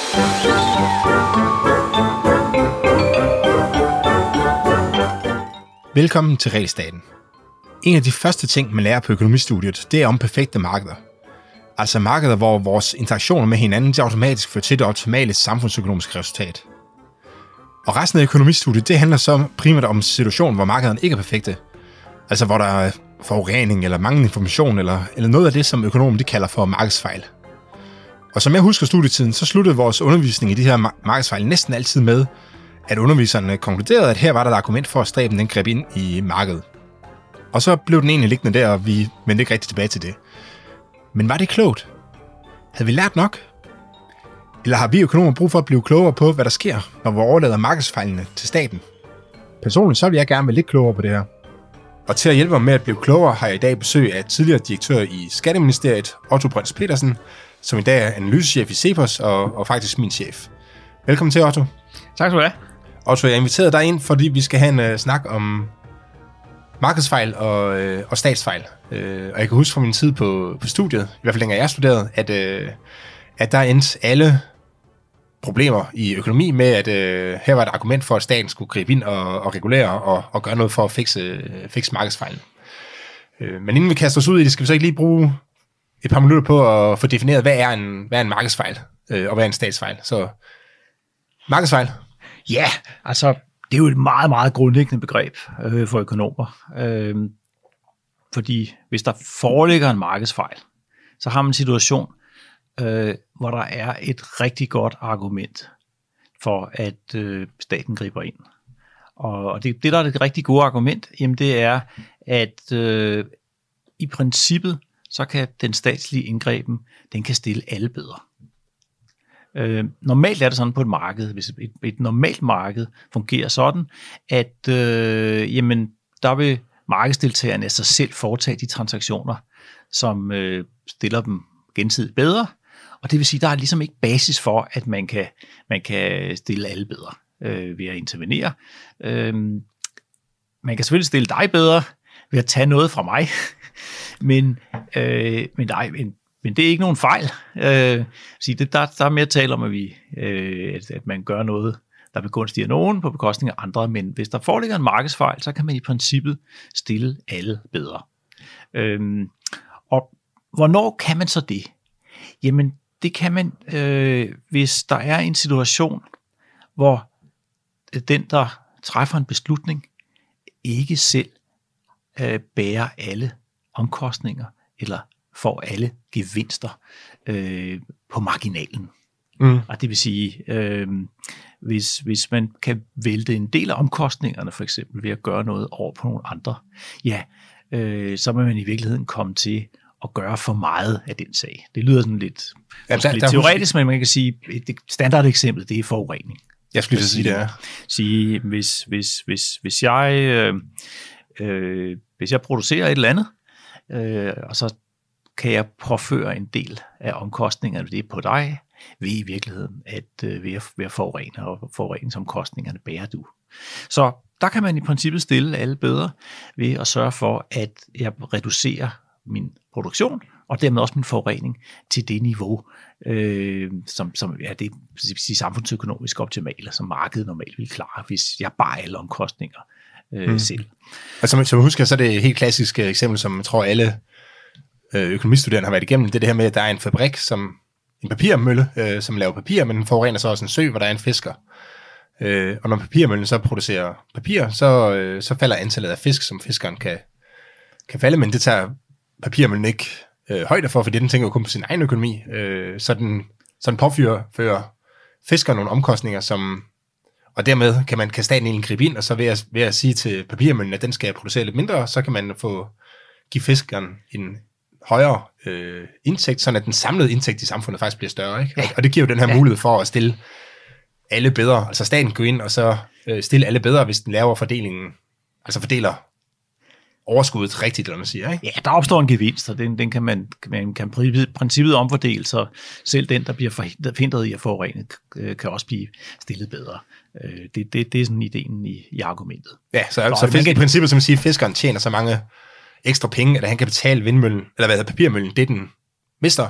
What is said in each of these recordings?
Velkommen til Realstaten. En af de første ting, man lærer på økonomistudiet, det er om perfekte markeder. Altså markeder, hvor vores interaktioner med hinanden de automatisk fører til det optimale samfundsøkonomiske resultat. Og resten af økonomistudiet, det handler så primært om situationer, hvor markederne ikke er perfekte. Altså hvor der er forurening eller manglende information eller noget af det, som økonomer de kalder for markedsfejl. Og som jeg husker studietiden, så sluttede vores undervisning i de her markedsfejl næsten altid med, at underviserne konkluderede, at her var der et argument for, at staten den greb ind i markedet. Og så blev den egentlig liggende der, og vi vendte ikke rigtig tilbage til det. Men var det klogt? Havde vi lært nok? Eller har vi økonomer brug for at blive klogere på, hvad der sker, når vi overlader markedsfejlene til staten? Personligt så vil jeg gerne være lidt klogere på det her. Og til at hjælpe mig med at blive klogere, har jeg i dag besøg af tidligere direktør i Skatteministeriet, Otto Brøns Petersen, som i dag er analysechef i CEPOS og faktisk min chef. Velkommen til, Otto. Tak skal du have. Otto, jeg inviterede dig ind, fordi vi skal have en snak om markedsfejl og statsfejl. Og jeg kan huske fra min tid på studiet, i hvert fald længere jeg studerede, at der endte alle problemer i økonomi med, at her var et argument for, at staten skulle gribe ind og regulere og gøre noget for at fikse markedsfejlen. Men inden vi kaster os ud i det, skal vi så ikke lige bruge et par minutter på at få defineret, hvad er en markedsfejl og hvad er en statsfejl. Så markedsfejl. Ja, altså det er jo et meget, meget grundlæggende begreb for økonomer. Fordi hvis der foreligger en markedsfejl, så har man en situation, hvor der er et rigtig godt argument for, at staten griber ind. Og det der er det rigtig gode argument, jamen det er, at i princippet, så kan den statslige indgreben, den kan stille alle bedre. Normalt er det sådan på et marked, hvis et normalt marked fungerer sådan, at jamen, der vil markedsdeltagerne af sig selv foretage de transaktioner, som stiller dem gensidigt bedre, og det vil sige, der er ligesom ikke basis for, at man kan stille alle bedre ved at intervenere. Man kan selvfølgelig stille dig bedre ved at tage noget fra mig, men det er ikke nogen fejl. Der er mere tale om, at man gør noget, der begunstiger nogen på bekostning af andre, men hvis der foreligger en markedsfejl, så kan man i princippet stille alle bedre. Og hvornår kan man så det? Jamen, det kan man, hvis der er en situation, hvor den, der træffer en beslutning, ikke selv bærer alle omkostninger, eller får alle gevinster på marginalen. Og det vil sige, hvis man kan vælte en del af omkostningerne, for eksempel ved at gøre noget over på nogle andre, ja, så vil man i virkeligheden komme til at gøre for meget af den sag. Det lyder sådan lidt teoretisk, men man kan sige, et standardeksempel, det er forurening. Jeg skulle lige sige det, ja. Sige, hvis jeg producerer et eller andet, og så kan jeg påføre en del af omkostningerne det på dig, ved i virkeligheden at ved at forurene, og forureningsomkostningerne bærer du. Så der kan man i princippet stille alle bedre ved at sørge for, at jeg reducerer min produktion, og dermed også min forurening til det niveau, som er det samfundsøkonomisk optimale, som markedet normalt vil klare, hvis jeg bare alle omkostninger selv. Og som jeg husker, så er det et helt klassisk eksempel, som jeg tror alle økonomistuderende har været igennem, det her med, at der er en fabrik, som en papirmølle, som laver papir, men den forurener så også en sø, hvor der er en fisker. Og når papirmøllen så producerer papir, så falder antallet af fisk, som fiskeren kan falde, men det tager papirmøllen ikke højde for, fordi den tænker jo kun på sin egen økonomi. Så den påfører fiskeren nogle omkostninger, og dermed kan staten egentlig gribe ind, og så ved at sige til papirmøllen, at den skal producere lidt mindre, så kan man give fiskeren en højere indtægt, sådan at den samlede indtægt i samfundet faktisk bliver større. Ikke? Og det giver jo den her mulighed for at stille alle bedre. Altså staten går ind og så stille alle bedre, hvis den laver fordelingen, altså fordeler overskuddet rigtigt, eller man siger, ikke? Ja, der opstår en gevinst, og den kan man kan princippet omfordele, så selv den, der bliver forhindret i at forurene, kan også blive stillet bedre. Det er sådan ideen i argumentet. Ja, så i princippet, som man siger, fiskeren tjener så mange ekstra penge, at han kan betale vindmøllen, eller papirmøllen, det den mister,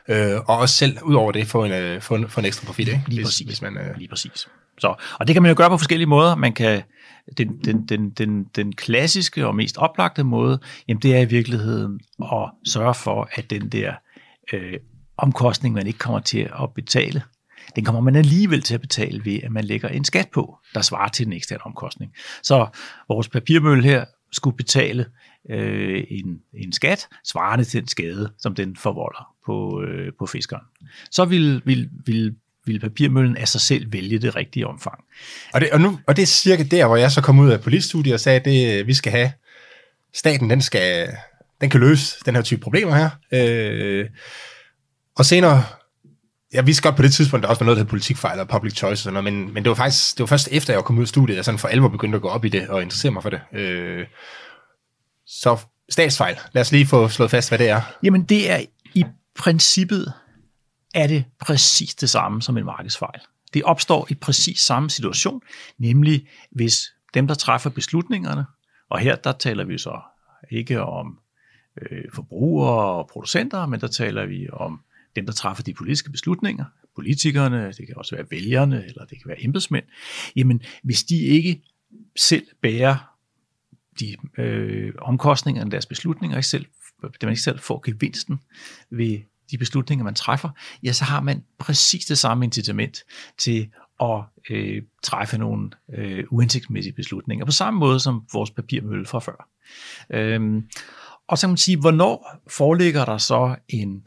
og også selv, ud over det, få en ekstra profit, ikke? Lige præcis. Hvis man, Lige præcis. Så, og det kan man jo gøre på forskellige måder. Man kan, den klassiske og mest oplagte måde, jamen det er i virkeligheden at sørge for, at den der omkostning, man ikke kommer til at betale, den kommer man alligevel til at betale ved, at man lægger en skat på, der svarer til den eksterne omkostning. Så vores papirmølle her skulle betale en skat, svarende til den skade, som den forvolder på fiskeren. Så vil papirmøllen af sig selv vælge det rigtige omfang. Og det er cirka der, hvor jeg så kom ud af politistudiet og sagde, at vi skal have staten, den kan løse den her type problemer her. Og senere, jeg vidste godt på det tidspunkt, der også var noget, der hed politikfejl og public choice og sådan noget, men det var først efter, jeg kom ud af studiet, jeg sådan for alvor begyndte at gå op i det og interessere mig for det. Så statsfejl. Lad os lige få slået fast, hvad det er. Jamen det er i princippet er det præcis det samme som en markedsfejl. Det opstår i præcis samme situation, nemlig hvis dem, der træffer beslutningerne, og her der taler vi så ikke om forbrugere og producenter, men der taler vi om dem, der træffer de politiske beslutninger, politikerne, det kan også være vælgerne, eller det kan være embedsmænd, jamen hvis de ikke selv bærer de omkostninger af deres beslutninger, man ikke selv får gevinsten ved de beslutninger, man træffer, ja, så har man præcis det samme incitament til at træffe nogle uhensigtsmæssige beslutninger, på samme måde som vores papirmølle fra før. Og så kan man sige, hvornår foreligger der så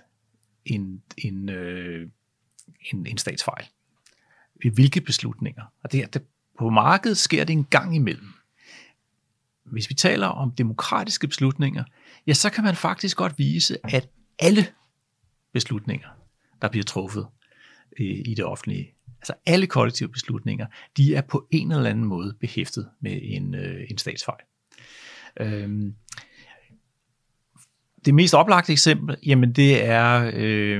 en statsfejl? Ved hvilke beslutninger? Og på markedet sker det en gang imellem. Hvis vi taler om demokratiske beslutninger, ja, så kan man faktisk godt vise, at alle beslutninger, der bliver truffet i det offentlige, altså alle kollektive beslutninger, de er på en eller anden måde behæftet med en statsfejl. Det mest oplagte eksempel, jamen det er,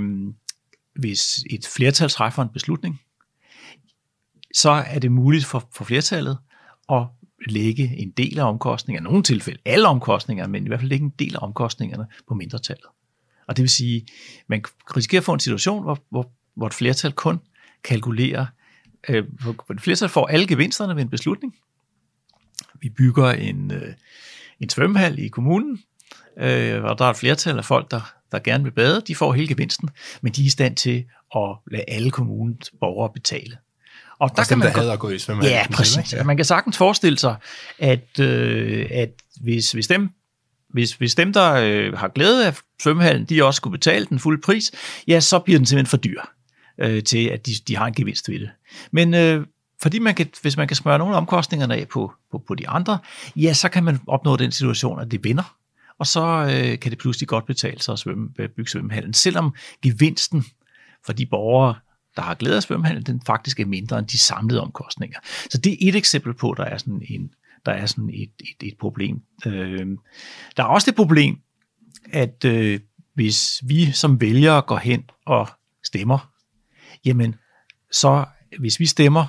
hvis et flertal træffer en beslutning, så er det muligt for flertallet at lægge en del af omkostningerne, i nogle tilfælde alle omkostninger, men i hvert fald lægge en del af omkostningerne på mindretallet. Og det vil sige, man risikerer at få en situation, hvor et flertal kun kalkulerer, hvor et flertal får alle gevinsterne ved en beslutning. Vi bygger en svømmehal i kommunen, og der er et flertal af folk, der gerne vil bade, de får hele gevinsten, men de er i stand til at lade alle kommunens borgere betale. Og der kan man hader at gå i svømmehal. Ja, præcis. Ja. Man kan sagtens forestille sig, at hvis dem, der har glæde af svømmehallen, de også skulle betale den fulde pris, ja, så bliver den simpelthen for dyr til, at de har en gevinst ved det. Men fordi hvis man kan smøre nogle af omkostningerne af på de andre, ja, så kan man opnå den situation, at det vinder, og så kan det pludselig godt betale sig at bygge svømmehallen, selvom gevinsten for de borgere, der har glæde af svømmehallen, den faktisk er mindre end de samlede omkostninger. Så det er et eksempel på, der er sådan et problem. Der er også det problem, at hvis vi som vælgere går hen og stemmer, jamen så hvis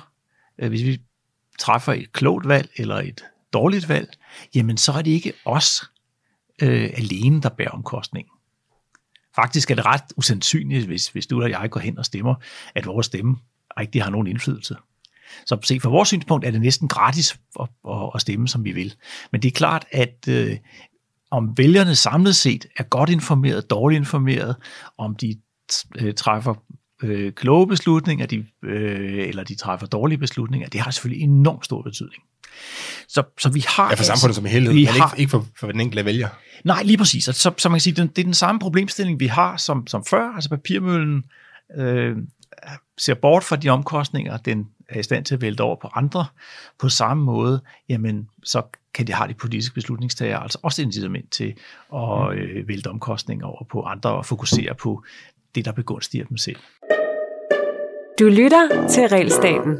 vi træffer et klogt valg eller et dårligt valg, jamen så er det ikke os alene, der bærer omkostningen. Faktisk er det ret usandsynligt, hvis du og jeg går hen og stemmer, at vores stemme rigtig har nogen indflydelse. Så set fra vores synspunkt er det næsten gratis at stemme, som vi vil. Men det er klart, at om vælgerne samlet set er godt informeret, dårligt informeret, om de træffer kloge beslutninger, eller de træffer dårlige beslutninger, det har selvfølgelig enormt stor betydning. Så vi har... Ja, for samfundet som helhed, men ikke for den enkelte vælger. Nej, lige præcis. Så man kan sige, det er den samme problemstilling, vi har som før. Altså papirmøllen ser bort fra de omkostninger, den er i stand til at vælte over på andre. På samme måde, jamen, så kan de have de politiske beslutningstagere altså også incitament til at vælte omkostninger over på andre og fokusere på det, der begunstiger dem selv. Du lytter til Realstaten.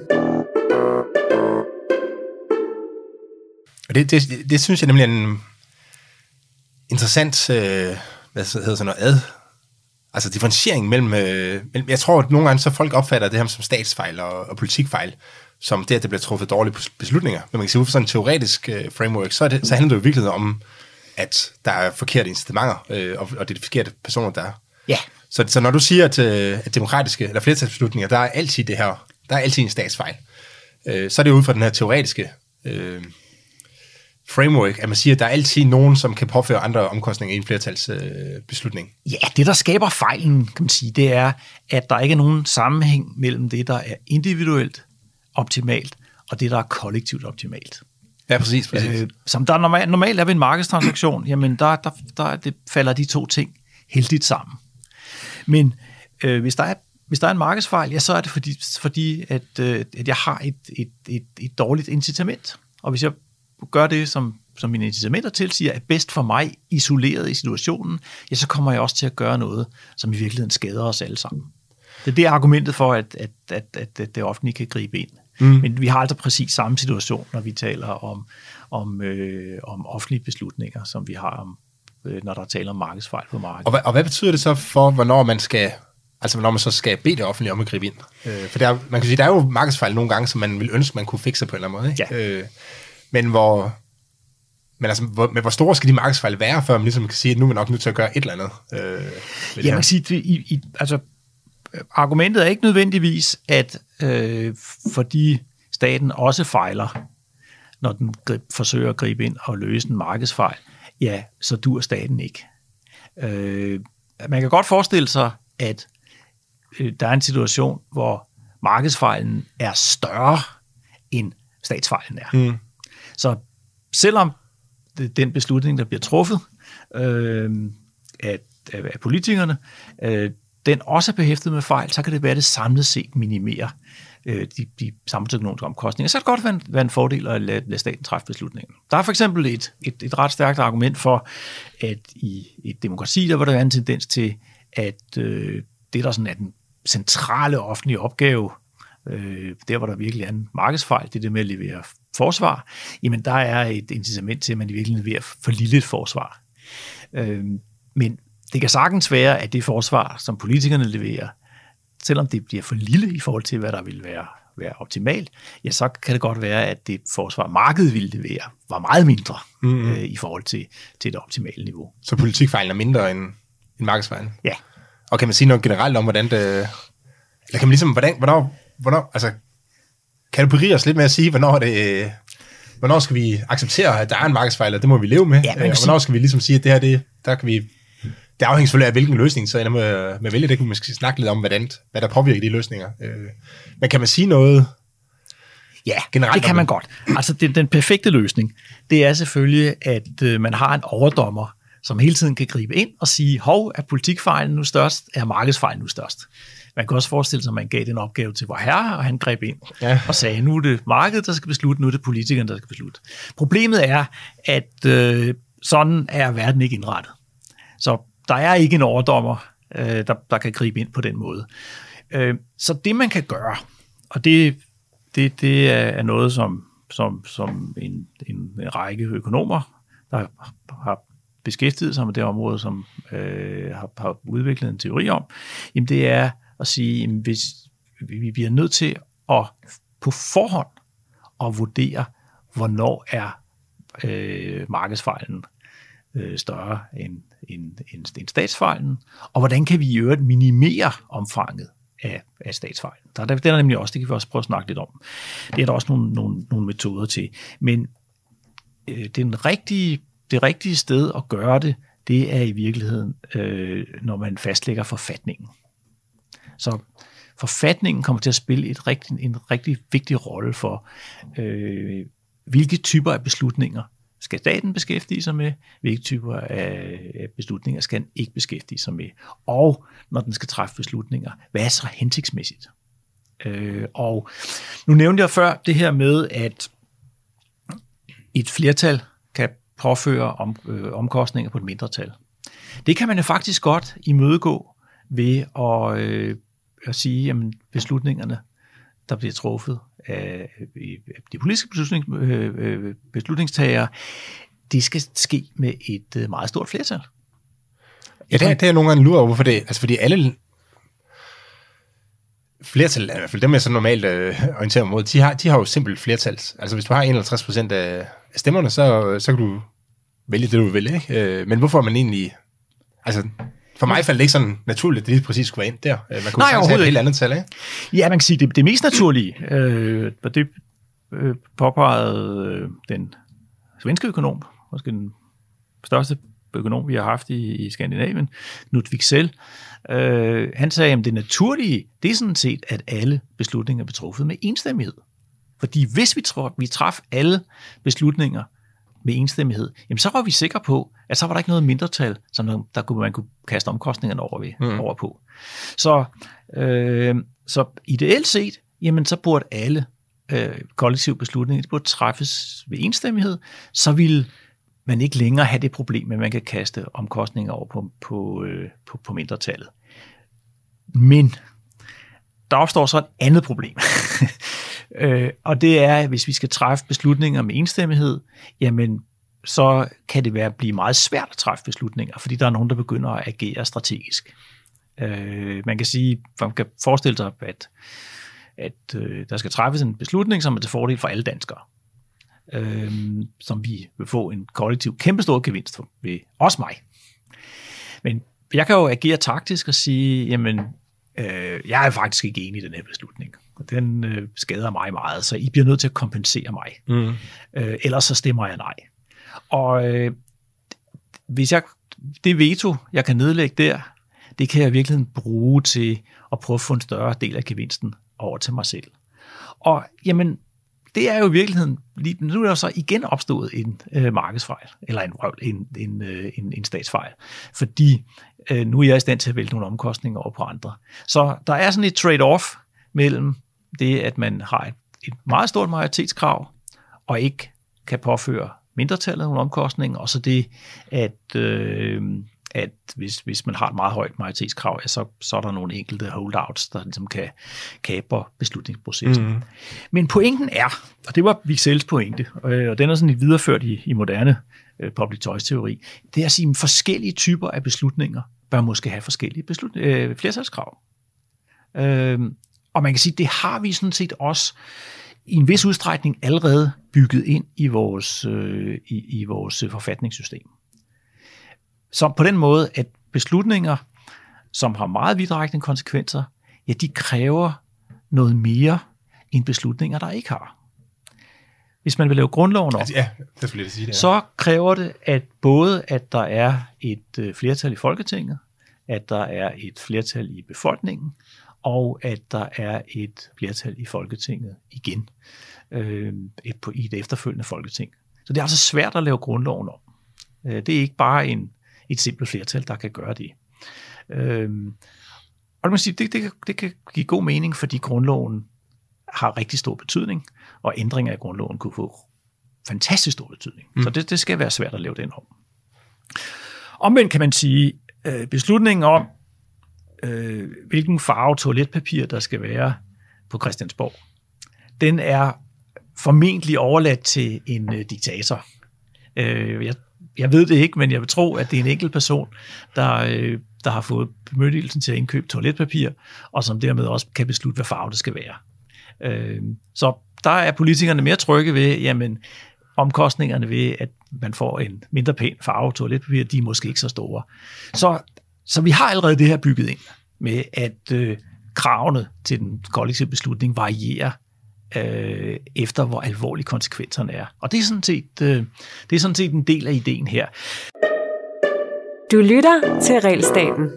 Og det synes jeg nemlig er en interessant, altså differentiering mellem, jeg tror, at nogle gange så folk opfatter det her som statsfejl og politikfejl, som det, at der bliver truffet dårlige beslutninger. Men man kan sige, ud fra sådan en teoretisk framework, så handler det jo virkelig om, at der er forkerte incitamenter, og det er de forkerte personer, Så når du siger, at demokratiske eller flertalsbeslutninger, der er altid det her, der er altid en statsfejl, så er det ud fra den her teoretiske framework, at man siger, at der er altid nogen, som kan påføre andre omkostninger i en flertalsbeslutning. Ja, det der skaber fejlen, kan man sige, det er, at der ikke er nogen sammenhæng mellem det, der er individuelt optimalt, og det, der er kollektivt optimalt. Ja, præcis. Som der normalt er ved en markedstransaktion, jamen der falder de to ting heldigt sammen. Men hvis der er en markedsfejl, ja, så er det fordi at jeg har et dårligt incitament. Og hvis jeg gør det, som mine incitamenter tilsiger, er bedst for mig isoleret i situationen, ja, så kommer jeg også til at gøre noget, som i virkeligheden skader os alle sammen. Det er argumentet for, at det offentlige kan gribe ind. Men vi har altså præcis samme situation, når vi taler om offentlige beslutninger, som vi har når der taler om markedsfejl på markedet. Og hvad betyder det så for, hvornår man så skal bede det offentlige om at gribe ind? For man kan sige, der er jo markedsfejl nogle gange, som man vil ønske, man kunne fikse på en eller anden måde. Ikke? Ja. Men hvor store skal de markedsfejl være, før man ligesom kan sige, at nu er man nok nødt til at gøre et eller andet? Man kan sige, argumentet er ikke nødvendigvis, at fordi staten også fejler, når den forsøger at gribe ind og løse en markedsfejl, ja, så dur staten ikke. Man kan godt forestille sig, at der er en situation, hvor markedsfejlen er større, end statsfejlen er. Så selvom den beslutning, der bliver truffet af politikerne, den også er behæftet med fejl, så kan det være, at det samlet set minimerer de samfundsøkonomiske omkostninger. Så kan det godt være en fordel at lade staten træffe beslutningen. Der er for eksempel et ret stærkt argument for, at i et demokrati, der vil der være en tendens til, at det, der sådan er den centrale offentlige opgave, der hvor der virkelig er en markedsfejl, det er det med at levere forsvar, jamen der er et incitament til, at man i virkeligheden leverer for lille et forsvar. Men det kan sagtens være, at det forsvar, som politikerne leverer, selvom det bliver for lille i forhold til, hvad der vil være optimalt, ja, så kan det godt være, at det forsvar, markedet ville levere, var meget mindre i forhold til det optimale niveau. Så politikfejlen er mindre end markedsfejlen? Ja. Og kan man sige noget generelt om, hvordan det... Eller kan man ligesom, hvornår altså, kan du berige os lidt med at sige, hvornår skal vi acceptere, at der er en markedsfejl, og det må vi leve med? Ja, og hvornår skal vi ligesom sige, at det her, der kan vi... Det afhænger selvfølgelig af, hvilken løsning, så ender med at vælge. Det kan man måske snakke lidt om, hvad der påvirker de løsninger. Men kan man sige noget? Ja, generelt det kan man godt. Altså, den perfekte løsning, det er selvfølgelig, at man har en overdommer, som hele tiden kan gribe ind og sige, hov, er politikfejlen nu størst, er markedsfejlen nu størst? Man kan også forestille sig, at man gav den opgave til vor herre, og han greb ind og sagde, nu er det markedet, der skal beslutte, nu er det politikerne, der skal beslutte. Problemet er, at sådan er verden ikke indrettet. Så der er ikke en overdommer, der kan gribe ind på den måde. Så det, man kan gøre, og det er noget, som en række økonomer, der har beskæftiget sig med det område, som har udviklet en teori om, jamen det er at sige, at hvis vi bliver nødt til at på forhånd at vurdere, hvornår er markedsfejlen større end statsfejlen, og hvordan kan vi i øvrigt minimere omfanget af statsfejlen. Det er der nemlig også, det kan vi også prøve at snakke lidt om. Det er der også nogle metoder til. Men det rigtige sted at gøre det er i virkeligheden, når man fastlægger forfatningen. Så forfatningen kommer til at spille en rigtig vigtig rolle for, hvilke typer af beslutninger skal staten beskæftige sig med, hvilke typer af beslutninger skal den ikke beskæftige sig med, og når den skal træffe beslutninger, hvad er så hensigtsmæssigt? Og nu nævnte jeg før det her med, at et flertal kan påføre omkostninger på et mindretal. Det kan man jo faktisk godt imødegå ved at sige, at beslutningerne, der bliver truffet af de politiske beslutningstagere, det skal ske med et meget stort flertal. Ja, det er nogle gange lurer over, hvorfor det. Altså fordi alle flertal, i hvert fald dem jeg så normalt orienterer mig mod, de har jo simpelt flertal. Altså hvis du har 51% af stemmerne, så kan du vælge det, du vil, ikke? Men hvorfor er man egentlig... Altså, For mig faldt det ikke sådan naturligt, at det lige præcis skulle være ind der. Man kunne Nej, have et helt andet tal, ikke? Ja, man kan sige, det mest naturlige, og det påpegede den svenske økonom, måske den største økonom, vi har haft i Skandinavien, Knut Wicksell. Han sagde, at det naturlige, det er sådan set, at alle beslutninger blev truffet med enstemmighed. Fordi hvis vi traf alle beslutninger med enstemmighed, jamen så var vi sikre på, at så var der ikke noget mindretal, som man kunne kaste omkostningerne over på. Så ideelt set, jamen så burde alle kollektive beslutninger, de burde træffes ved enstemmighed, så ville man ikke længere have det problem, at man kan kaste omkostninger over på mindretallet. Men der opstår så et andet problem. Og det er, at hvis vi skal træffe beslutninger med enstemmighed, jamen så kan det blive meget svært at træffe beslutninger, fordi der er nogen, der begynder at agere strategisk. Man kan forestille sig, at der skal træffes en beslutning, som er til fordel for alle danskere, som vi vil få en kollektiv kæmpestor gevinst ved også mig. Men jeg kan jo agere taktisk og sige, jamen, jeg er faktisk ikke enig i den her beslutning, og den skader mig meget, så I bliver nødt til at kompensere mig. Ellers så stemmer jeg nej. Og hvis det veto, jeg kan nedlægge der, det kan jeg virkelig bruge til at prøve at få en større del af gevinsten over til mig selv. Og jamen, det er jo i virkeligheden, nu er der så igen opstået en markedsfejl, eller en statsfejl, fordi nu er jeg i stand til at vælge nogle omkostninger over på andre. Så der er sådan et trade-off mellem det, at man har et meget stort majoritetskrav, og ikke kan påføre mindretallet nogle omkostninger, og så det, at hvis man har et meget højt majoritetskrav, så er der nogle enkelte holdouts, der ligesom kan kapre beslutningsprocessen. Men pointen er, og det var Wiczells pointe, og den er sådan videreført i moderne public choice-teori, det er at sige, at forskellige typer af beslutninger bør måske have forskellige flertalskrav. Og man kan sige, at det har vi sådan set også i en vis udstrækning allerede bygget ind i vores forfatningssystem. Så på den måde, at beslutninger, som har meget vidtrækkende konsekvenser, ja, de kræver noget mere end beslutninger, der ikke har. Hvis man vil lave grundloven om, så kræver det, at der er et flertal i Folketinget, at der er et flertal i befolkningen, og at der er et flertal i Folketinget igen, i et efterfølgende Folketing. Så det er altså svært at lave grundloven om. Det er ikke bare et simpelt flertal, der kan gøre det. Og man sige, det kan give god mening, fordi grundloven har rigtig stor betydning, og ændringer af grundloven kunne få fantastisk stor betydning. Så det skal være svært at lave den om. Omvendt kan man sige, beslutningen om, hvilken farve toiletpapir der skal være på Christiansborg, den er formentlig overladt til en diktator. Jeg ved det ikke, men jeg vil tro, at det er en enkelt person, der har fået bemyndigelsen til at indkøbe toiletpapir, og som dermed også kan beslutte, hvad farve det skal være. Så der er politikerne mere trygge ved, jamen, omkostningerne ved, at man får en mindre pæn farve toiletpapir, de er måske ikke så store. Så vi har allerede det her bygget ind med, at kravene til den kollektive beslutning varierer efter, hvor alvorlige konsekvenserne er. Og det er sådan set en del af ideen her. Du lytter til Regelstaten.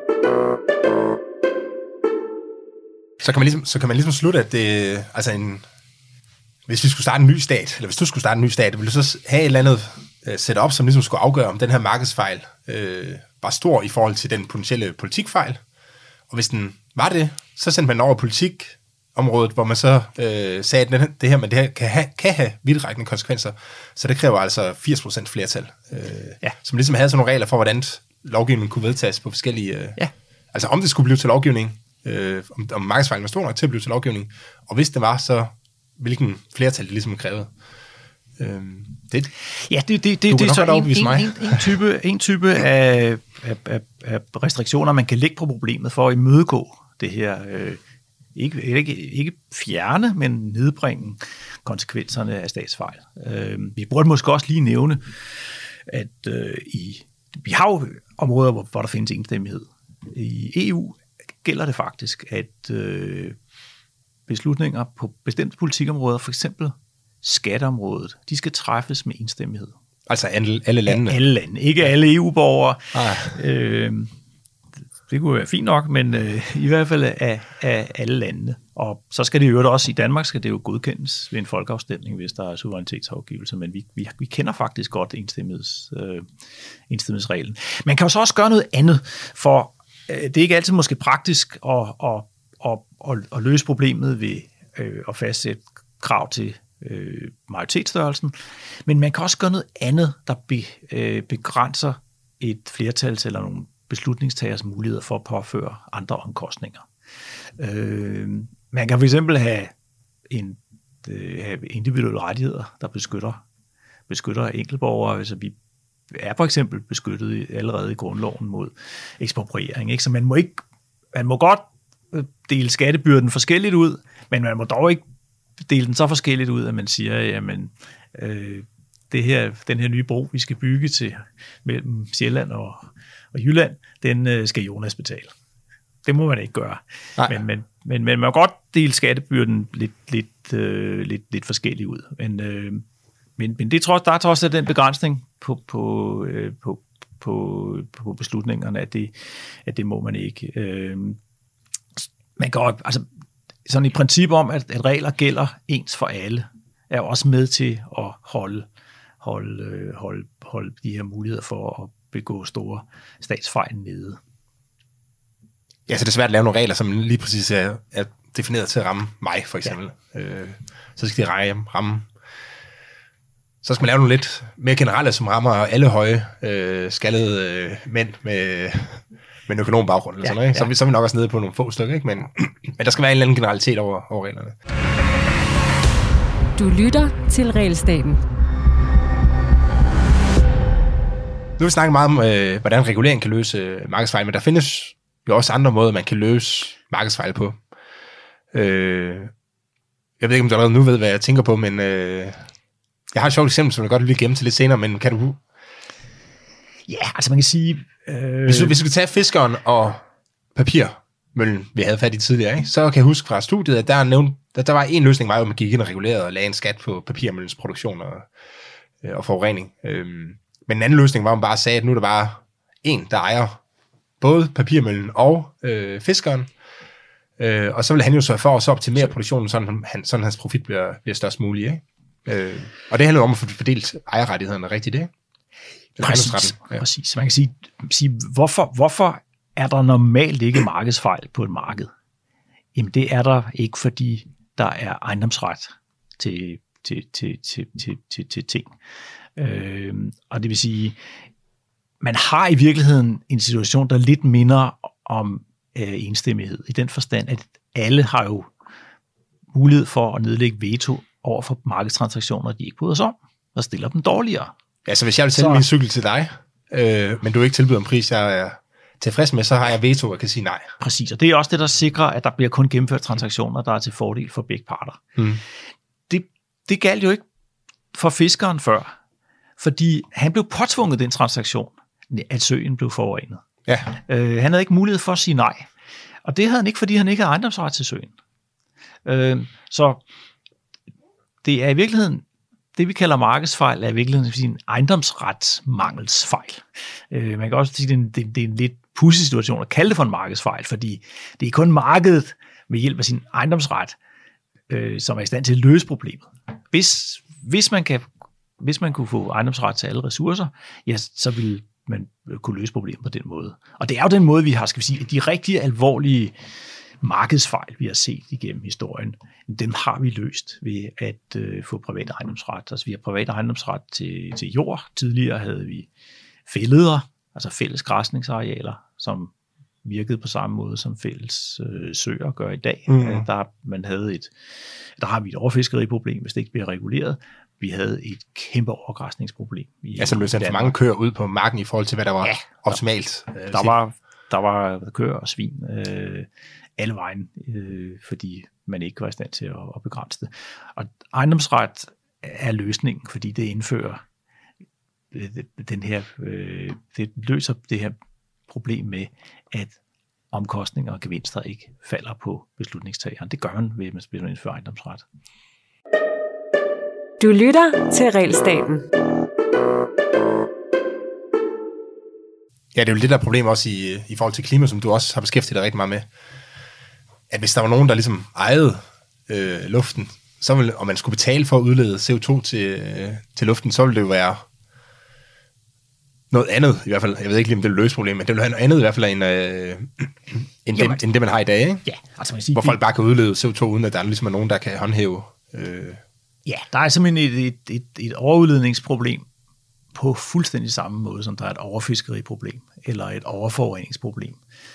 Så kan man ligesom slutte, at det, altså hvis vi skulle starte en ny stat, eller hvis du skulle starte en ny stat, ville du så have et eller andet setup, som ligesom skulle afgøre, om den her markedsfejl var stor i forhold til den potentielle politikfejl. Og hvis den var det, så sendte man over politikområdet, hvor man så sagde, at det her kan have vidtrækkende konsekvenser. Så det kræver altså 80% flertal. Som ligesom havde sådan nogle regler for, hvordan lovgivningen kunne vedtages på forskellige... Altså om det skulle blive til lovgivning, om markedsfejlen var stor nok til at blive til lovgivning, og hvis det var, så hvilken flertal det ligesom krævede. Det er så en type af restriktioner, man kan lægge på problemet for at imødegå det her. Ikke fjerne, men nedbringe konsekvenserne af statsfejl. Vi burde måske også lige nævne, at i vi har jo områder, hvor der findes enstemmighed. I EU gælder det faktisk, at beslutninger på bestemte politikområder, for eksempel skatteområdet, de skal træffes med enstemmighed. Altså alle landene? Alle lande. Ikke alle EU-borgere. Det kunne være fint nok, men i hvert fald af alle landene. Og så skal det jo også, i Danmark skal det jo godkendes ved en folkeafstemning, hvis der er suverænitetsafgivelse, men vi kender faktisk godt enstemmighedsreglen. Man kan jo så også gøre noget andet, for det er ikke altid måske praktisk at løse problemet ved at fastsætte krav til majoritetsstørrelsen, men man kan også gøre noget andet, der begrænser et flertals eller nogle beslutningstagers muligheder for at påføre andre omkostninger. Man kan for eksempel have individuelle rettigheder, der beskytter enkeltborgere. Altså vi er for eksempel beskyttet allerede i grundloven mod ekspropriering, ikke? Så man må godt dele skattebyrden forskelligt ud, men man må dog ikke dele den så forskelligt ud, at man siger, jamen den her nye bro, vi skal bygge til mellem Sjælland og Jylland, den skal Jonas betale. Det må man ikke gøre. Men man må godt dele skattebyrden lidt forskelligt ud. Men det der er trods den begrænsning på beslutningerne, at det må man ikke. Man kan altså sådan et princip om, at regler gælder ens for alle, er også med til at holde de her muligheder for at begå store statsfejl nede. Ja, så det er svært at lave nogle regler, som lige præcis er defineret til at ramme mig, for eksempel. Ja. Så skal de ramme. Så skal man lave nogle lidt mere generelle, som rammer alle høje, skaldede mænd med en økonom baggrund. Eller sådan noget, ikke? Så er vi nok også nede på nogle få stykker, ikke? Men der skal være en eller anden generalitet over reglerne. Du lytter til Regelstaten. Nu har vi snakket meget om, hvordan regulering kan løse markedsfejl, men der findes jo også andre måder, man kan løse markedsfejl på. Jeg ved ikke, om du allerede nu ved, hvad jeg tænker på, men jeg har et sjovt eksempel, som jeg godt vil gemme til lidt senere, men kan du... Ja, altså man kan sige... Hvis vi skal tage fiskeren og papirmøllen, vi havde fat i tidligere, ikke? Så kan jeg huske fra studiet, at der var en løsning, hvor man gik ind og regulerede og lagde en skat på papirmøllens produktion og forurening. Men en anden løsning var, man bare sagde, at nu er der bare en, der ejer både papirmøllen og fiskeren, og så vil han jo sørge for at så optimere produktionen, sådan hans profit bliver størst muligt. Ikke? Og det handler om at få fordelt ejerrettighederne rigtigt, ikke? Præcis. Man kan sige hvorfor er der normalt ikke markedsfejl på et marked? Jamen det er der ikke, fordi der er ejendomsret til ting. Og det vil sige, man har i virkeligheden en situation, der lidt minder om enstemmighed, i den forstand, at alle har jo mulighed for at nedlægge veto over for markedstransaktioner, de ikke bryder sig om, og stiller dem dårligere. Ja, så hvis jeg vil sælge min cykel til dig, men du ikke tilbyder en pris, jeg er tilfreds med, så har jeg veto og kan sige nej. Præcis, og det er også det, der sikrer, at der bliver kun gennemført transaktioner, der er til fordel for begge parter. Det galt jo ikke for fiskeren før, fordi han blev påtvunget den transaktion, at søen blev forurenet. Ja. Han havde ikke mulighed for at sige nej. Og det havde han ikke, fordi han ikke havde ejendomsret til søen. Så det er i virkeligheden, det vi kalder markedsfejl, er i virkeligheden en ejendomsretsmangelsfejl. Man kan også sige, at det er en lidt pudsig situation at kalde det for en markedsfejl, fordi det er kun markedet med hjælp af sin ejendomsret, som er i stand til at løse problemet. Hvis man kunne få ejendomsret til alle ressourcer, ja, så ville man kunne løse problemet på den måde. Og det er jo den måde, vi har, skal vi sige, de rigtig alvorlige markedsfejl, vi har set igennem historien, dem har vi løst ved at få privat ejendomsret. Altså vi har privat ejendomsret til jord. Tidligere havde vi fælleder, altså fælles græsningsarealer, som virkede på samme måde som fælles søer gør i dag. Der har vi et overfiskeriproblem, hvis det ikke bliver reguleret. Vi havde et kæmpe overgræsningsproblem. Altså blev sendt for mange køer ud på marken i forhold til, hvad der var optimalt. Der var køer og svin alle vejen, fordi man ikke var i stand til at begrænse det. Og ejendomsret er løsningen, fordi det indfører det løser det her problem med, at omkostninger og gevinster ikke falder på beslutningstageren. Det gør man ved at indføre ejendomsret. Du lytter til Realstaten. Ja, det er jo det der problem også i forhold til klima, som du også har beskæftiget dig rigtig meget med. At hvis der var nogen, der ligesom ejede luften, så ville, og man skulle betale for at udlede CO2 til luften, så ville det jo være noget andet i hvert fald. Jeg ved ikke lige, om det vil løse problemet, men det vil have noget andet i hvert fald end det, man har i dag, ikke? Ja, altså man siger, hvor folk bare kan udlede CO2, uden at der ligesom er nogen, der kan håndhæve. Ja, der er simpelthen et overudledningsproblem på fuldstændig samme måde, som der er et overfiskeriproblem eller et overforureningsproblem,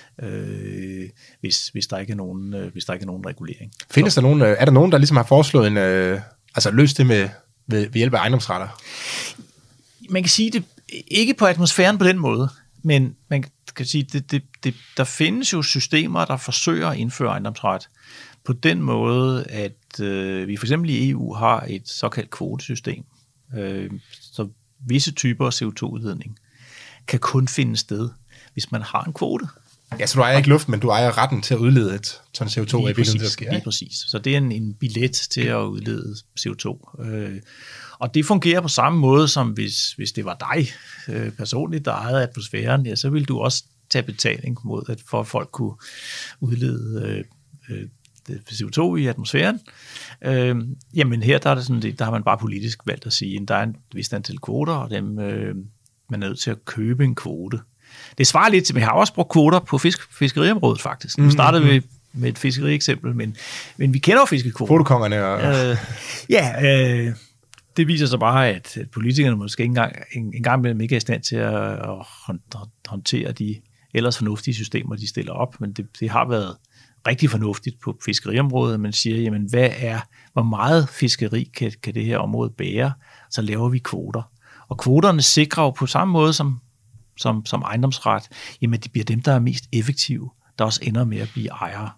hvis der ikke er nogen regulering. Findes der nogen? Er der nogen, der ligesom har foreslået løst det ved hjælp af ejendomsretter? Man kan sige det ikke på atmosfæren på den måde, men man kan sige der findes jo systemer, der forsøger at indføre ejendomsret på den måde, at vi for eksempel i EU har et såkaldt kvotesystem, så visse typer af CO2-udledning kan kun finde sted, hvis man har en kvote. Ja, så du ejer ikke luft, men du ejer retten til at udlede et ton CO2 af bilen, der sker. Lige præcis. Så det er en billet til at udlede CO2. Og det fungerer på samme måde, som hvis det var dig personligt, der ejede atmosfæren, ja, så ville du også tage betaling mod, for at folk kunne udlede CO2 i atmosfæren. Jamen her der er det sådan, der har man bare politisk valgt at sige, at der er en vist antal kvoter, og dem man er nødt til at købe en kvote. Det svarer lidt til, vi har også brugt kvoter på fiskeriområdet faktisk. Nu startede vi med et fiskerieksempel, men vi kender jo fiskekvoter. Kvotekongerne og... Det viser sig bare, at politikerne måske ikke engang imellem ikke er i stand til at håndtere de ellers fornuftige systemer, de stiller op, men det har været rigtig fornuftigt på fiskeriområdet. Man siger, jamen hvor meget fiskeri kan det her område bære? Så laver vi kvoter. Og kvoterne sikrer jo på samme måde som ejendomsret, jamen det bliver dem, der er mest effektive, der også ender med at blive ejere.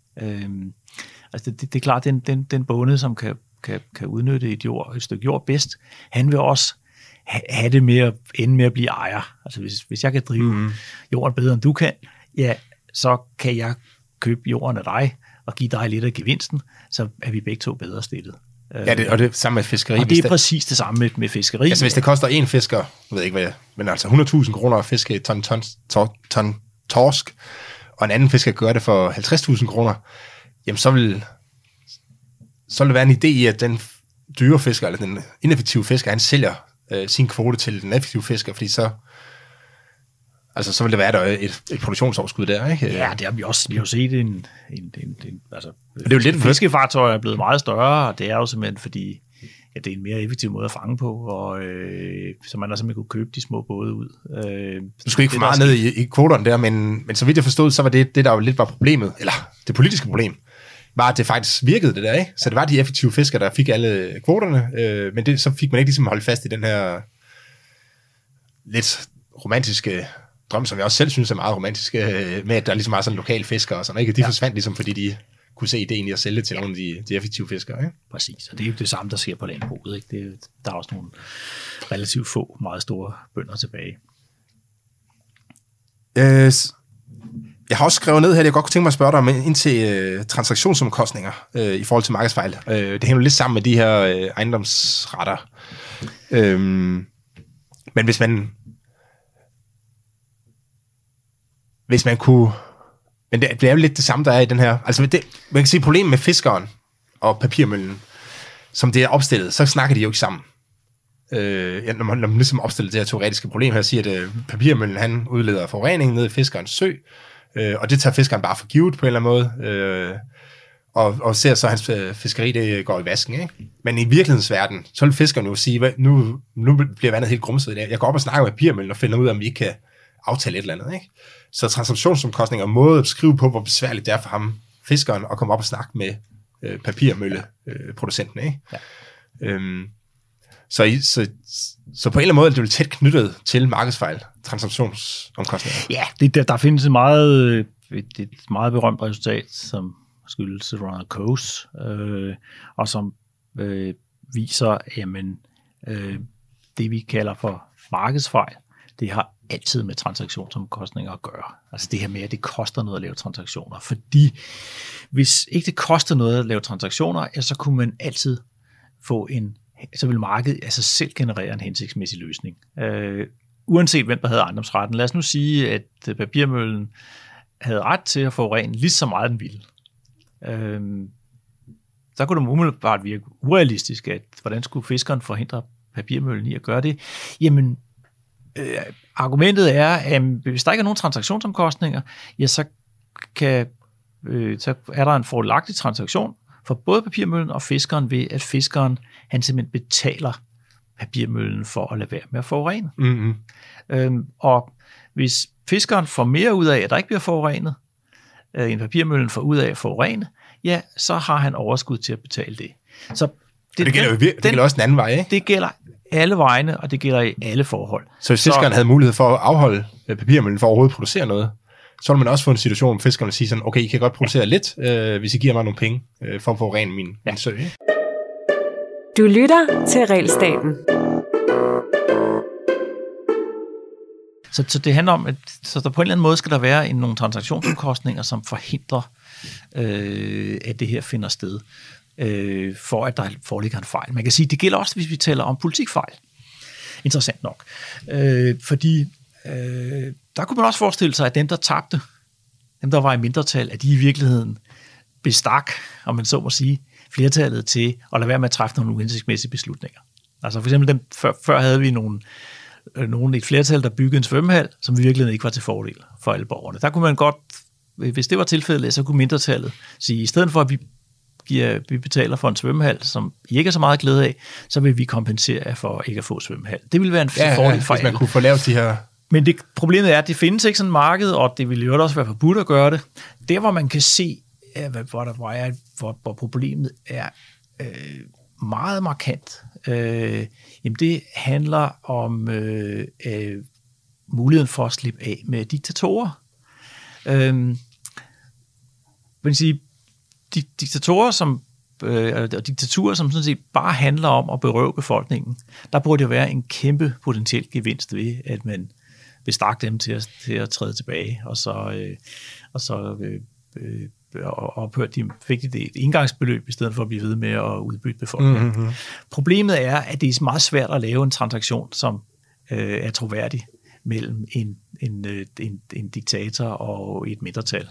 Det er klart, den bonde, som kan udnytte et stykke jord bedst, han vil også have det med at ende med at blive ejer. Altså hvis jeg kan drive jorden bedre, end du kan, ja, så kan jeg købe jorden af dig og give dig lidt af gevinsten, så er vi begge to bedre stillet. Ja, og det samme med fiskeri. Og det er præcis det samme med fiskeri. Altså hvis det koster en fisker, jeg ved ikke hvad, men altså 100.000 kroner at fiske et ton torsk, og en anden fisker gør det for 50.000 kroner, jamen så vil det være en idé i, at den dyre fisker, eller den ineffektive fisker, han sælger sin kvote til den effektive fisker, fordi så vil det være der et produktionsoverskud der, ikke? Ja, det har vi også. Vi har jo set det er jo lidt fiskefartøjer er blevet meget større, og det er jo simpelthen fordi, at det er en mere effektiv måde at fange på, og så man har simpelthen kunne købe de små både ud. Du skal ikke for meget ned i kvoterne der, men så vidt jeg forstod, så var det der jo lidt var problemet, eller det politiske problem, var, at det faktisk virkede det der, ikke? Så det var de effektive fiskere, der fik alle kvoterne, men så fik man ikke ligesom holde fast i den her lidt romantiske drøm, som jeg også selv synes er meget romantisk, med at der ligesom var sådan lokale fiskere og sådan, ikke? De forsvandt ligesom, fordi de kunne se ideen i at sælge til nogle af de effektive fiskere, ikke? Præcis, og det er jo det samme, der sker på landbruget, ikke? Der er også nogle relativt få, meget store bønder tilbage. Jeg har også skrevet ned her, jeg godt kunne tænke mig at spørge dig om ind til transaktionsomkostninger i forhold til markedsfejl. Det hænger lidt sammen med de her ejendomsretter. Men hvis man kunne... Men det er jo lidt det samme, der er i den her... Altså, man kan sige, problemet med fiskeren og papirmøllen, som det er opstillet, så snakker de jo ikke sammen. Når man ligesom opstiller det her teoretiske problem her, siger, at papirmøllen, han udleder forurening ned i fiskerens sø, og det tager fiskeren bare for givet på en eller anden måde, og ser så, hans fiskeri, det går i vasken, ikke? Men i virkelighedens verden, så vil fiskeren jo sige, nu bliver vandet helt grumset i dag. Jeg går op og snakker med papirmøllen og finder ud af, om vi ikke kan aftale et eller andet, ikke? Så transaktionsomkostninger er en måde at beskrive på, hvor besværligt det er for ham, fiskeren, at komme op og snakke med papirmølleproducenten, ikke? Ja. Så på en eller anden måde er det jo tæt knyttet til markedsfejl, transaktionsomkostninger. Ja, der findes et meget berømt resultat, som skyldes Ronald Coase, og som viser, jamen, det vi kalder for markedsfejl, det har altid med transaktionsomkostninger at gøre. Altså det her med, at det koster noget at lave transaktioner. Fordi hvis ikke det koster noget at lave transaktioner, så kunne man altid så vil markedet altså selv generere en hensigtsmæssig løsning. Uanset hvem der havde ejendomsretten. Lad os nu sige, at papirmøllen havde ret til at forurene lige så meget den ville. Så kunne det umiddelbart virke urealistisk, at hvordan skulle fiskeren forhindre papirmøllen i at gøre det? Jamen, argumentet er, at hvis der ikke er nogen transaktionsomkostninger, ja, så er der en fordelagtig transaktion for både papirmøllen og fiskeren ved, at fiskeren han simpelthen betaler papirmøllen for at lade være med at forurene. Mm-hmm. Og hvis fiskeren får mere ud af, at der ikke bliver forurenet, end papirmøllen får ud af at forurene, ja, så har han overskud til at betale det. Så det gælder også den anden vej, ikke? Det gælder alle vejene, og det gælder i alle forhold. Så hvis fiskeren havde mulighed for at afholde papirmøllen for at overhovedet producere noget, så vil man også få en situation, hvor fiskerne siger sådan, okay, I kan godt producere lidt, hvis I giver mig nogle penge for at forurene min sø. Du lytter til Realstaten. Så det handler om, at så der på en eller anden måde skal der være nogle transaktionsomkostninger, som forhindrer, at det her finder sted, for at der foreligger en fejl. Man kan sige, det gælder også, hvis vi taler om politikfejl. Interessant nok. Fordi der kunne man også forestille sig, at dem, der tabte, dem, der var i mindretal, at de i virkeligheden bestak, om man så må sige, flertallet til at lade være med at træffe nogle uhensigtsmæssige beslutninger. Altså for eksempel før havde vi et flertal, der byggede en svømmehal, som i virkeligheden ikke var til fordel for alle borgerne. Der kunne man godt, hvis det var tilfældet, så kunne mindretallet sige, i stedet for at vi betaler for en svømmehal, som I ikke er så meget glæde af, så vil vi kompensere for ikke at få svømmehal. Det ville være en fordel for hvis man kunne få lavet de her. Men problemet er, at det findes ikke sådan et marked, og det ville jo også være forbudt at gøre det. Der, hvor man kan se, hvor problemet er meget markant, jamen det handler om muligheden for at slippe af med diktatorer. Man sige, diktatorer og diktaturer, som sådan set bare handler om at berøve befolkningen, der burde jo være en kæmpe potentiel gevinst ved, at man vil stakke dem til at træde tilbage, og så ophørte de, fik de et indgangsbeløb, i stedet for at blive ved med at udbytte befolkningen. Mm-hmm. Problemet er, at det er meget svært at lave en transaktion, som er troværdig mellem en diktator og et mindretal.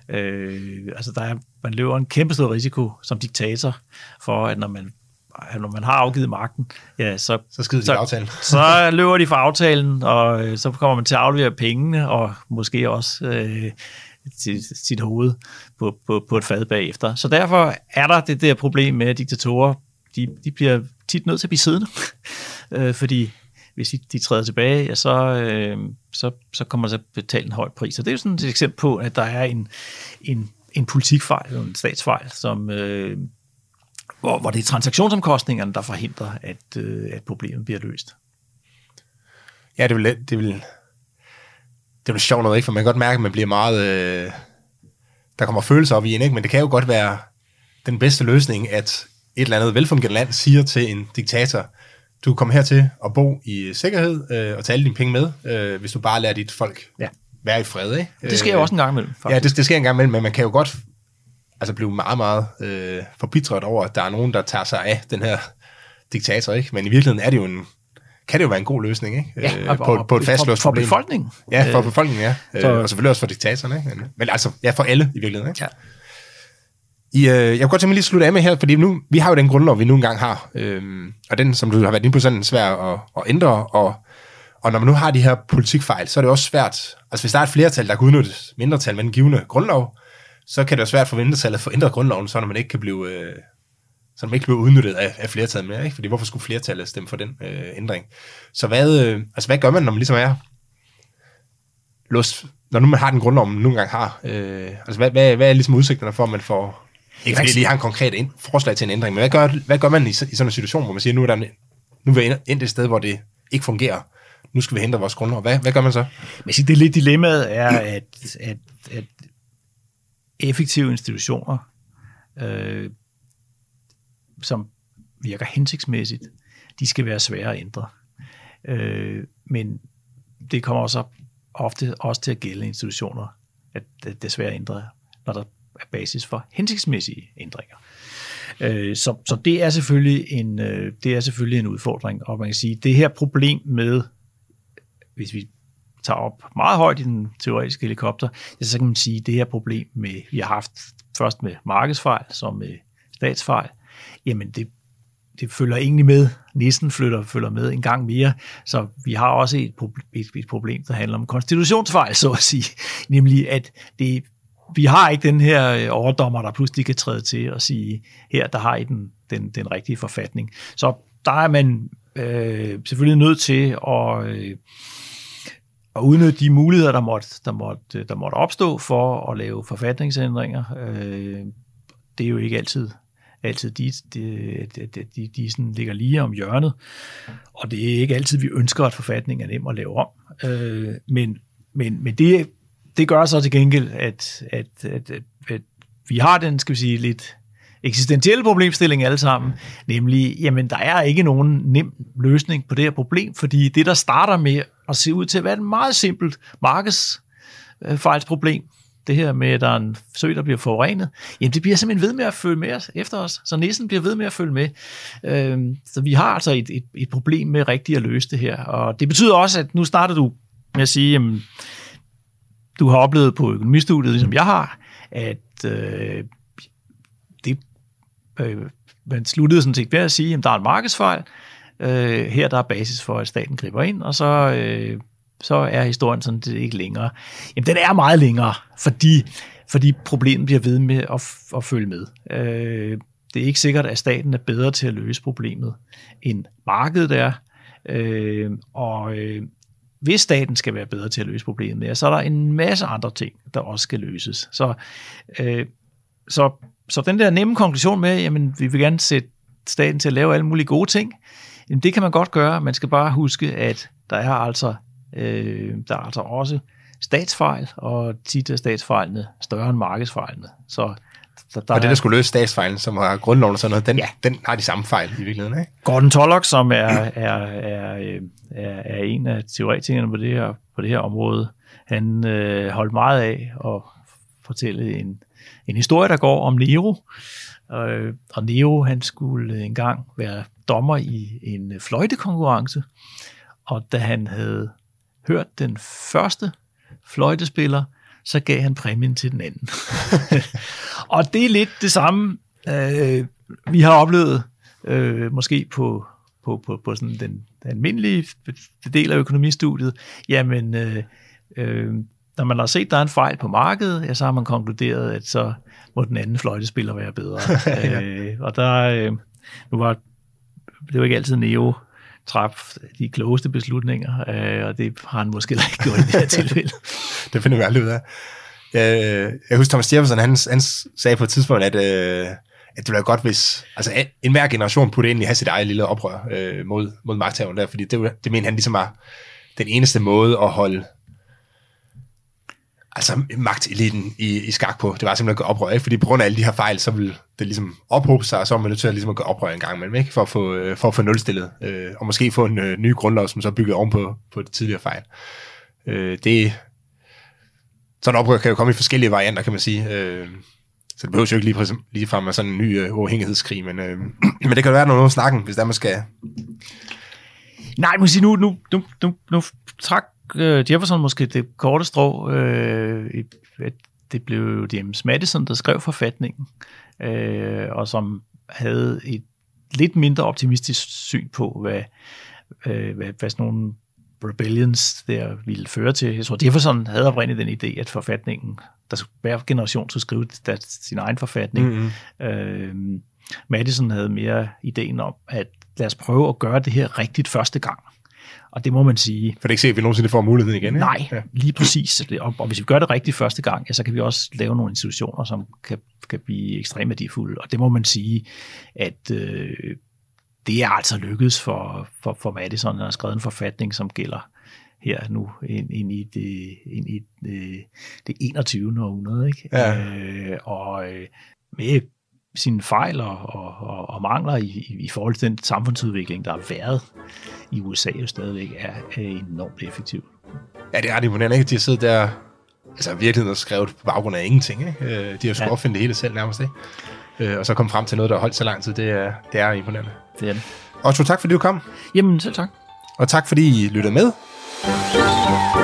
Altså man løber en kæmpe stor risiko som diktator for, at når man har afgivet magten, ja, så skider de aftalen. Så løber de fra aftalen, og så kommer man til at aflevere pengene, og måske også sit hoved på et fad bagefter. Så derfor er der det der problem med, at diktatorer, de bliver tit nødt til at blive siddende, fordi hvis de træder tilbage, ja, så kommer man til at betale en høj pris. Så det er jo sådan et eksempel på, at der er en politikfejl, en statsfejl, som, hvor det er transaktionsomkostningerne, der forhindrer, at problemet bliver løst. Ja, det vil sjovt noget, ikke? For man kan godt mærke, at man bliver meget. Der kommer følelser op i en, ikke? Men det kan jo godt være den bedste løsning, at et eller andet velfungerende land siger til en diktator, du kommer hertil at bo i sikkerhed og tage alle dine penge med, hvis du bare lader dit folk være i fred. Ikke? Det sker jo også en gang imellem, faktisk. Ja, det sker en gang imellem, men man kan jo godt blive meget, meget forbitret over, at der er nogen, der tager sig af den her diktator. Ikke? Men i virkeligheden kan det jo være en god løsning, ikke? Ja, på et fastlåst problem. For befolkningen. Ja, for befolkningen, ja. Og selvfølgelig også for diktatorerne. Ikke? Men altså, ja, for alle i virkeligheden. Ikke? Ja. Jeg kunne godt tænke mig lige at slutte af med her, fordi vi har jo den grundlov, vi nu engang har, og den, som du har været inde på, sådan svær at ændre, og når man nu har de her politikfejl, så er det også svært, altså hvis der er et flertal, der kan udnytte mindretal med den givne grundlov, så kan det være svært for mindretallet at få ændret grundloven, så man ikke kan blive udnyttet af flertallet mere, ikke? Fordi hvorfor skulle flertallet stemme for den ændring? Så hvad gør man, når man ligesom er låst, når nu man har den grundlov, man nu engang har? Hvad er ligesom udsigterne for, at man får. Ikke fordi lige har en konkret forslag til en ændring, men hvad gør man i sådan en situation, hvor man siger, nu er vi endt et sted, hvor det ikke fungerer. Nu skal vi ændre vores grundlov. Hvad gør man så? Men det lidt dilemmaet er, at effektive institutioner, som virker hensigtsmæssigt, de skal være svære at ændre. Men det kommer også ofte også til at gælde institutioner, at desværre ændre, når der er basis for hensigtsmæssige ændringer. Så det er selvfølgelig en udfordring, og man kan sige, det her problem med, hvis vi tager op meget højt i den teoretiske helikopter, så kan man sige, det her problem med, vi har haft først med markedsfejl, som med statsfejl, jamen det følger egentlig med. Nissen følger med en gang mere, så vi har også et problem, der handler om konstitutionsfejl, så at sige, nemlig at vi har ikke den her overdommer, der pludselig kan træde til og sige, her der har I den rigtige forfatning. Så der er man selvfølgelig nødt til at udnytte de muligheder, der måtte opstå for at lave forfatningsændringer. Det er jo ikke altid de sådan ligger lige om hjørnet, og det er ikke altid, vi ønsker, at forfatningen er nem at lave om. Men det gør så til gengæld, at vi har den, skal vi sige, lidt eksistentielle problemstilling alle sammen, nemlig, jamen der er ikke nogen nem løsning på det her problem, fordi det, der starter med at se ud til at være et meget simpelt markedsfejlsproblem, det her med, at der er en sø, der bliver forurenet, jamen det bliver simpelthen ved med at følge med efter os, så nissen bliver ved med at følge med. Så vi har altså et problem med rigtigt at løse det her, og det betyder også, at nu starter du med at sige, jamen, du har oplevet på økonomistudiet, ligesom jeg har, at man sluttede sådan set ved at sige, at der er en markedsfejl. Her der er basis for, at staten griber ind, og så er historien sådan set ikke længere. Jamen, den er meget længere, fordi problemet bliver ved med at følge med. Det er ikke sikkert, at staten er bedre til at løse problemet, end markedet er. Hvis staten skal være bedre til at løse problemet, så er der en masse andre ting, der også skal løses. Så den der nemme konklusion med, jamen vi vil gerne sætte staten til at lave alle mulige gode ting, jamen det kan man godt gøre. Man skal bare huske, at der er altså også statsfejl, og tit er statsfejlene større end markedsfejlene. Så og det, der skulle løse statsfejlen, som har grundloven og sådan noget, den har de samme fejl i virkeligheden, ikke? Gordon Tullock, som er en af teoretikerne på det her område, han holdt meget af at fortælle en historie, der går om Nero. Og Nero, han skulle engang være dommer i en fløjtekonkurrence, og da han havde hørt den første fløjtespiller, så gav han præmien til den anden. Og det er lidt det samme, vi har oplevet, måske på sådan den almindelige del af økonomistudiet. Jamen, når man har set, at der er en fejl på markedet, ja, så har man konkluderet, at så må den anden fløjtespiller være bedre. Og det var ikke altid Neo træf de klogeste beslutninger, og det har han måske ikke gjort i det her tilfælde. Det finder vi aldrig ud af. Jeg husker Thomas Jefferson, han sagde på et tidspunkt, at det ville være godt, hvis enhver generation kunne egentlig have sit eget lille oprør mod magthaveren der, fordi det mener han ligesom var den eneste måde at holde magteliten i skak på. Det var simpelthen at gøre oprør, ikke? Fordi på grund af alle de her fejl, så vil det ligesom ophobe sig, og så er man nødt til at, ligesom at gøre oprør en gang imellem, ikke? For at få nulstillet, og måske få en ny grundlov, som så er bygget oven på det tidligere fejl. Sådan oprør kan jo komme i forskellige varianter, kan man sige. Så det behøver jo ikke lige frem med sådan en ny uafhængighedskrig, men det kan jo være noget at snakke, hvis der man skal... Nej, man sige, nu trak Jefferson måske det korte strå, at det blev James Madison, der skrev forfatningen, og som havde et lidt mindre optimistisk syn på, hvad sådan nogle rebellions der ville føre til. Jeg tror, Jefferson havde oprindeligt den idé, at forfatningen, der hver generation skulle skrive sin egen forfatning. Mm-hmm. Madison havde mere ideen om, at lad os prøve at gøre det her rigtigt første gang. Og det må man sige. For det er ikke sikkert, at vi nogensinde får muligheden igen. Nej, ja. Lige præcis. Og hvis vi gør det rigtigt første gang, ja, så kan vi også lave nogle institutioner, som kan blive ekstremt værdifulde. Og det må man sige, at det er altså lykkedes for Madison. Han har skrevet en forfatning, som gælder her nu ind i det 21. århundrede. Ikke? Ja. Og med sine fejl og og mangler i forhold til den samfundsudvikling, der har været i USA, jo stadigvæk er enormt effektiv. Ja, det er ret imponerende, ikke? De har siddet der, altså virkelig og skrevet på baggrund af ingenting, ikke? De har sgu opfundet det hele selv nærmest, ikke? Og så komme frem til noget, der har holdt så lang tid, det er imponerende. Det er det. Otto, tak fordi du kom. Jamen, selv tak. Og tak fordi I lyttede med.